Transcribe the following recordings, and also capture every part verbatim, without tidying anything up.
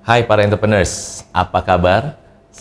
Hai para entrepreneurs, apa kabar?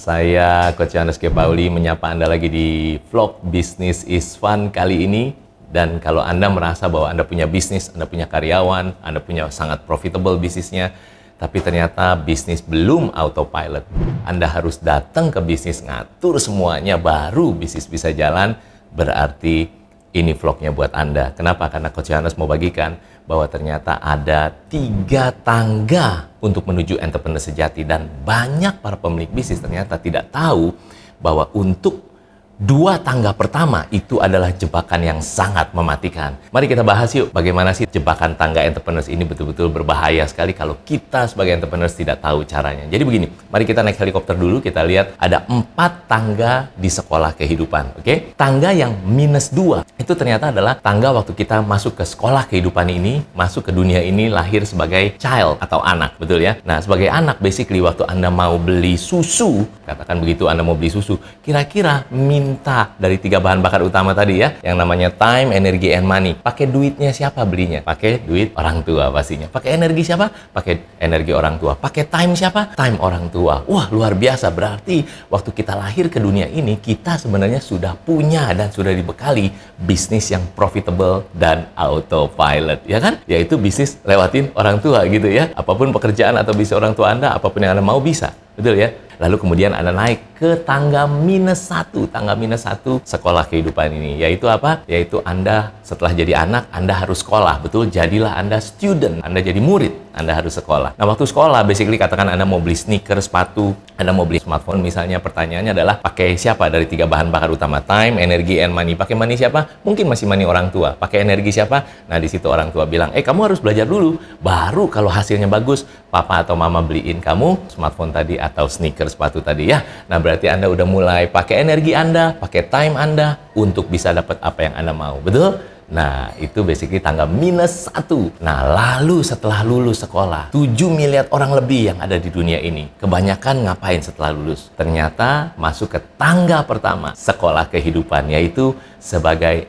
Saya Coach Yohanes K. Pauli menyapa Anda lagi di vlog Business is Fun kali ini. Dan kalau Anda merasa bahwa Anda punya bisnis, Anda punya karyawan, Anda punya sangat profitable bisnisnya, tapi ternyata bisnis belum autopilot, Anda harus datang ke bisnis, ngatur semuanya, baru bisnis bisa jalan, berarti ini vlognya buat Anda. Kenapa? Karena Coach Yohanes mau bagikan bahwa ternyata ada tiga tangga untuk menuju entrepreneur sejati. Dan banyak para pemilik bisnis ternyata tidak tahu bahwa untuk dua tangga pertama itu adalah jebakan yang sangat mematikan. Mari kita bahas yuk, bagaimana sih jebakan tangga entrepreneurs ini betul-betul berbahaya sekali kalau kita sebagai entrepreneurs tidak tahu caranya. Jadi begini, mari kita naik helikopter dulu, kita lihat ada empat tangga di sekolah kehidupan. Oke, okay? Tangga yang minus dua itu ternyata adalah tangga waktu kita masuk ke sekolah kehidupan ini, masuk ke dunia ini, lahir sebagai child atau anak, betul ya? Nah, sebagai anak, basically waktu Anda mau beli susu, katakan begitu, Anda mau beli susu, kira-kira min minta dari tiga bahan bakar utama tadi ya, yang namanya time, energi, and money. Pakai duitnya siapa belinya? Pakai duit orang tua pastinya. Pakai energi siapa? Pakai energi orang tua. Pakai time siapa? Time orang tua. Wah, luar biasa. Berarti waktu kita lahir ke dunia ini, kita sebenarnya sudah punya dan sudah dibekali bisnis yang profitable dan autopilot, ya kan? Yaitu bisnis lewatin orang tua gitu ya. Apapun pekerjaan atau bisnis orang tua Anda, apapun yang Anda mau bisa. Betul ya? Lalu kemudian Anda naik ke tangga minus satu. Tangga minus satu sekolah kehidupan ini. Yaitu apa? Yaitu Anda setelah jadi anak, Anda harus sekolah. Betul? Jadilah Anda student. Anda jadi murid. Anda harus sekolah. Nah, waktu sekolah, basically katakan Anda mau beli sneaker, sepatu, Anda mau beli smartphone. Misalnya pertanyaannya adalah, pakai siapa dari tiga bahan bakar utama? Time, energi, and money. Pakai money siapa? Mungkin masih money orang tua. Pakai energi siapa? Nah, di situ orang tua bilang, eh kamu harus belajar dulu. Baru kalau hasilnya bagus, papa atau mama beliin kamu smartphone tadi atau sneaker, sepatu tadi ya. Nah, berarti Anda udah mulai pakai energi Anda, pakai time Anda untuk bisa dapat apa yang Anda mau. Betul? Nah, itu basically tangga minus satu. Nah, lalu setelah lulus sekolah, tujuh miliar orang lebih yang ada di dunia ini. Kebanyakan ngapain setelah lulus? Ternyata masuk ke tangga pertama, sekolah kehidupan, yaitu sebagai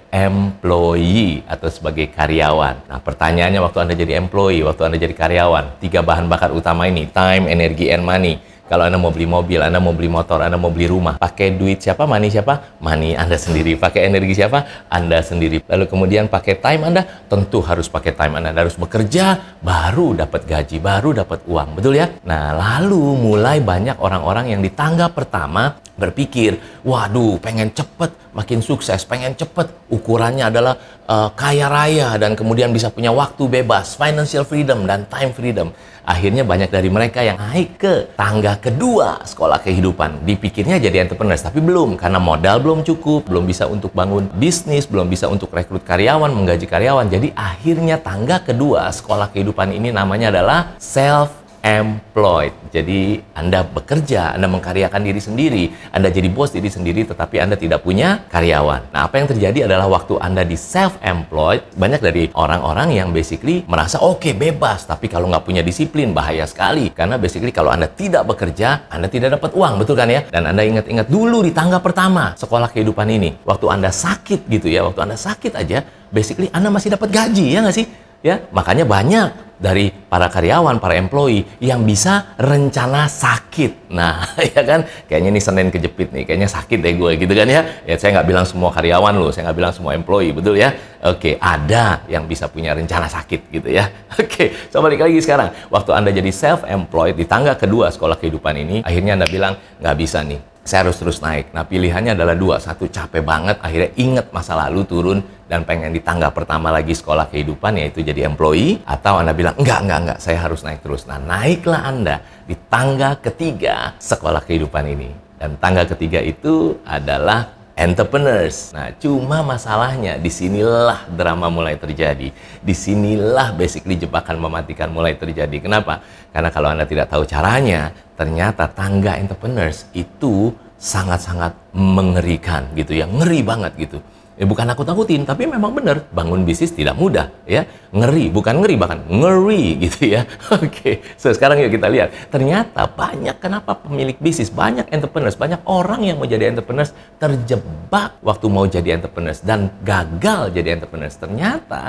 employee atau sebagai karyawan. Nah, pertanyaannya waktu Anda jadi employee, waktu Anda jadi karyawan, tiga bahan bakar utama ini, time, energi, and money. Kalau Anda mau beli mobil, Anda mau beli motor, Anda mau beli rumah, pakai duit siapa? Money siapa? Money Anda sendiri. Pakai energi siapa? Anda sendiri. Lalu kemudian pakai time Anda, tentu harus pakai time Anda. Anda harus bekerja, baru dapat gaji, baru dapat uang. Betul ya? Nah, lalu mulai banyak orang-orang yang di tangga pertama berpikir, waduh, pengen cepet, makin sukses, pengen cepet, ukurannya adalah uh, kaya raya, dan kemudian bisa punya waktu bebas, financial freedom, dan time freedom. Akhirnya banyak dari mereka yang naik ke tangga kedua sekolah kehidupan. Dipikirnya jadi entrepreneurs, tapi belum. Karena modal belum cukup, belum bisa untuk bangun bisnis, belum bisa untuk rekrut karyawan, menggaji karyawan. Jadi akhirnya tangga kedua sekolah kehidupan ini namanya adalah self-employed. Jadi Anda bekerja, Anda mengkaryakan diri sendiri, Anda jadi bos diri sendiri, tetapi Anda tidak punya karyawan. Nah, apa yang terjadi adalah waktu Anda di self-employed, banyak dari orang-orang yang basically merasa oke, okay, bebas, tapi kalau nggak punya disiplin, bahaya sekali. Karena basically kalau Anda tidak bekerja, Anda tidak dapat uang, betul kan ya? Dan Anda ingat-ingat dulu di tangga pertama sekolah kehidupan ini, waktu Anda sakit gitu ya, waktu Anda sakit aja, basically Anda masih dapat gaji, ya nggak sih? Ya, makanya banyak dari para karyawan, para employee yang bisa rencana sakit. Nah, ya kan, kayaknya ini Senin kejepit nih, kayaknya sakit deh gue, gitu kan ya. Ya, saya nggak bilang semua karyawan loh, saya nggak bilang semua employee, betul ya. Oke, ada yang bisa punya rencana sakit gitu ya. Oke, so balik lagi sekarang. Waktu Anda jadi self-employed di tangga kedua sekolah kehidupan ini, akhirnya Anda bilang, nggak bisa nih, saya harus terus naik. Nah, pilihannya adalah dua. Satu, capek banget, akhirnya inget masa lalu, turun, dan pengen di tangga pertama lagi sekolah kehidupan, yaitu jadi employee. Atau Anda bilang, enggak, enggak, enggak, saya harus naik terus. Nah, naiklah Anda di tangga ketiga sekolah kehidupan ini. Dan tangga ketiga itu adalah entrepreneurs. Nah, cuma masalahnya disinilah drama mulai terjadi. Disinilah basically jebakan mematikan mulai terjadi. Kenapa? Karena kalau Anda tidak tahu caranya, ternyata tangga entrepreneurs itu sangat-sangat mengerikan gitu ya, ngeri banget gitu. Ya, bukan nakut-nakutin, tapi memang benar, bangun bisnis tidak mudah, ya. Ngeri, bukan ngeri, bahkan ngeri, gitu ya. Oke, so sekarang yuk kita lihat. Ternyata banyak, kenapa pemilik bisnis, banyak entrepreneurs, banyak orang yang mau jadi entrepreneurs terjebak waktu mau jadi entrepreneurs dan gagal jadi entrepreneurs. Ternyata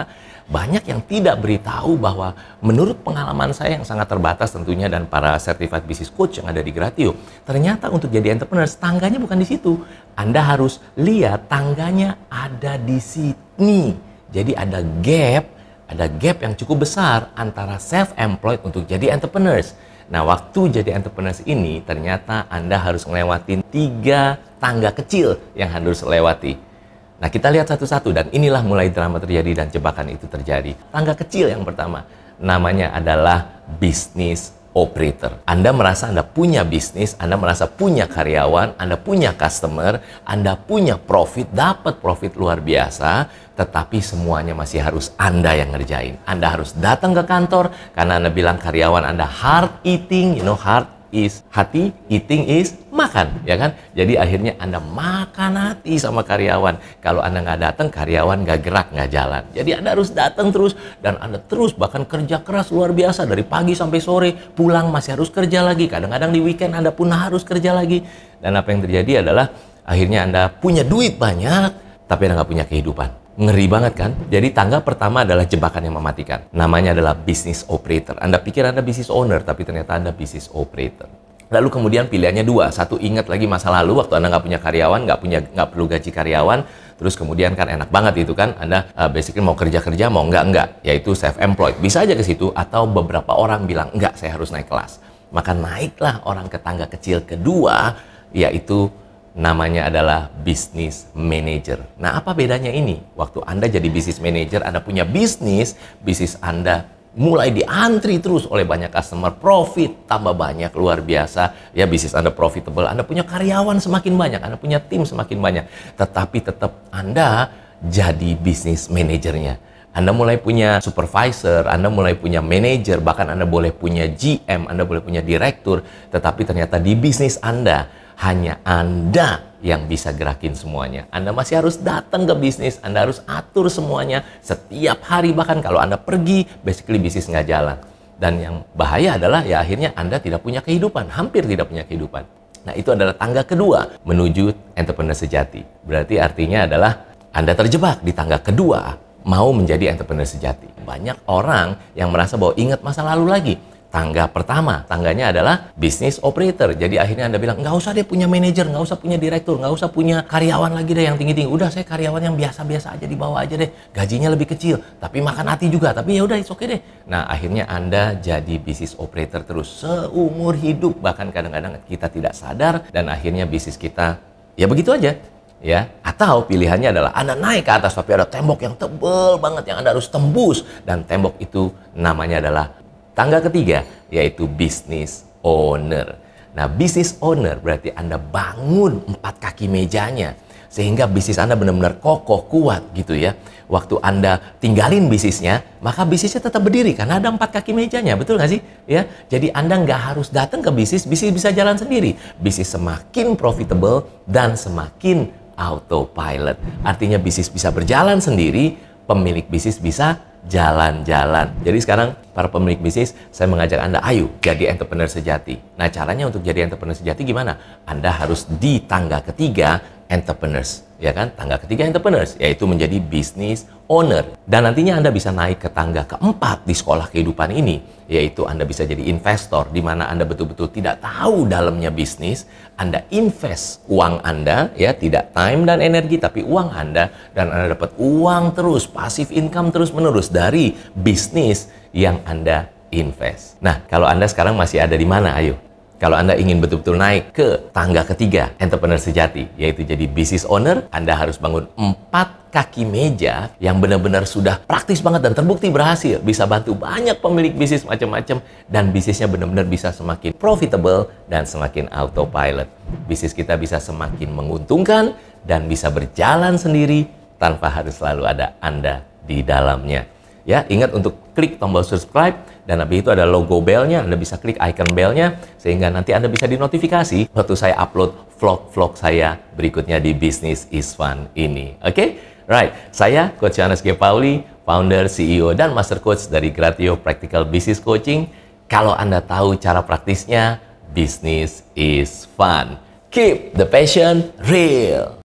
banyak yang tidak beritahu bahwa menurut pengalaman saya yang sangat terbatas tentunya dan para certified business coach yang ada di Gratio, ternyata untuk jadi entrepreneur tangganya bukan di situ. Anda harus lihat tangganya ada di sini. Jadi ada gap, ada gap yang cukup besar antara self-employed untuk jadi entrepreneurs. Nah, waktu jadi entrepreneurs ini ternyata Anda harus ngelewatin tiga tangga kecil yang harus lewati. Nah, kita lihat satu-satu dan inilah mulai drama terjadi dan jebakan itu terjadi. Tangga kecil yang pertama, namanya adalah business operator. Anda merasa Anda punya bisnis, Anda merasa punya karyawan, Anda punya customer, Anda punya profit, dapat profit luar biasa, tetapi semuanya masih harus Anda yang ngerjain. Anda harus datang ke kantor karena Anda bilang karyawan Anda hard eating, you know, hard is hati, eating is makan, ya kan? Jadi akhirnya Anda makan hati sama karyawan. Kalau Anda nggak datang, karyawan nggak gerak, nggak jalan. Jadi Anda harus datang terus dan Anda terus bahkan kerja keras luar biasa dari pagi sampai sore, pulang masih harus kerja lagi. Kadang-kadang di weekend Anda pun harus kerja lagi. Dan apa yang terjadi adalah akhirnya Anda punya duit banyak, tapi Anda nggak punya kehidupan. Ngeri banget kan? Jadi tangga pertama adalah jebakan yang mematikan. Namanya adalah business operator. Anda pikir Anda business owner, tapi ternyata Anda business operator. Lalu kemudian pilihannya dua. Satu, ingat lagi masa lalu waktu Anda nggak punya karyawan, nggak punya nggak perlu gaji karyawan. Terus kemudian kan enak banget itu kan, Anda uh, basically mau kerja-kerja, mau nggak-nggak. Yaitu self-employed. Bisa aja ke situ, atau beberapa orang bilang, enggak, saya harus naik kelas. Maka naiklah orang ke tangga kecil kedua, yaitu namanya adalah business manager. Nah, apa bedanya ini? Waktu Anda jadi business manager, Anda punya bisnis, bisnis Anda mulai diantri terus oleh banyak customer, profit tambah banyak, luar biasa. Ya, bisnis Anda profitable, Anda punya karyawan semakin banyak, Anda punya tim semakin banyak. Tetapi tetap Anda jadi business manajernya. Anda mulai punya supervisor, Anda mulai punya manager, bahkan Anda boleh punya G M, Anda boleh punya direktur. Tetapi ternyata di bisnis Anda, hanya Anda yang bisa gerakin semuanya. Anda masih harus datang ke bisnis, Anda harus atur semuanya setiap hari. Bahkan kalau Anda pergi, basically bisnis nggak jalan. Dan yang bahaya adalah ya akhirnya Anda tidak punya kehidupan, hampir tidak punya kehidupan. Nah, itu adalah tangga kedua menuju entrepreneur sejati. Berarti artinya adalah Anda terjebak di tangga kedua, mau menjadi entrepreneur sejati. Banyak orang yang merasa bahwa ingat masa lalu lagi. Tangga pertama, tangganya adalah business operator. Jadi akhirnya Anda bilang, nggak usah deh punya manajer, nggak usah punya direktur, nggak usah punya karyawan lagi deh yang tinggi-tinggi. Udah, saya karyawan yang biasa-biasa aja, di bawah aja deh. Gajinya lebih kecil, tapi makan hati juga. Tapi ya udah, it's okay deh. Nah, akhirnya Anda jadi business operator terus seumur hidup. Bahkan kadang-kadang kita tidak sadar dan akhirnya bisnis kita ya begitu aja. Ya, atau pilihannya adalah Anda naik ke atas tapi ada tembok yang tebal banget yang Anda harus tembus, dan tembok itu namanya adalah tangga ketiga, yaitu business owner. Nah, business owner berarti Anda bangun empat kaki mejanya sehingga bisnis Anda benar-benar kokoh, kuat gitu ya. Waktu Anda tinggalin bisnisnya, maka bisnisnya tetap berdiri karena ada empat kaki mejanya, betul nggak sih? Ya, jadi Anda nggak harus datang ke bisnis, bisnis bisa jalan sendiri. Bisnis semakin profitable dan semakin autopilot. Artinya bisnis bisa berjalan sendiri, pemilik bisnis bisa jalan-jalan. Jadi sekarang para pemilik bisnis, saya mengajak Anda, ayo jadi entrepreneur sejati. Nah, caranya untuk jadi entrepreneur sejati gimana? Anda harus di tangga ketiga entrepreneurs, ya kan? Tangga ketiga entrepreneurs, yaitu menjadi business owner. Dan nantinya Anda bisa naik ke tangga keempat di sekolah kehidupan ini, yaitu Anda bisa jadi investor, di mana Anda betul-betul tidak tahu dalamnya bisnis. Anda invest uang Anda, ya, tidak time dan energi, tapi uang Anda, dan Anda dapat uang terus, passive income terus-menerus dari bisnis yang Anda invest. Nah, kalau Anda sekarang masih ada di mana? Ayo. Kalau Anda ingin betul-betul naik ke tangga ketiga entrepreneur sejati, yaitu jadi business owner, Anda harus bangun empat kaki meja yang benar-benar sudah praktis banget dan terbukti berhasil. Bisa bantu banyak pemilik bisnis macam-macam, dan bisnisnya benar-benar bisa semakin profitable dan semakin autopilot. Bisnis kita bisa semakin menguntungkan dan bisa berjalan sendiri tanpa harus selalu ada Anda di dalamnya. Ya, ingat untuk klik tombol subscribe, dan habis itu ada logo belnya, Anda bisa klik icon belnya sehingga nanti Anda bisa dinotifikasi waktu saya upload vlog-vlog saya berikutnya di Business is Fun ini. Oke? Okay? Right, saya Coach Yohanes G. Pauli, founder, C E O, dan Master Coach dari Gratio Practical Business Coaching. Kalau Anda tahu cara praktisnya, Business is Fun. Keep the passion real.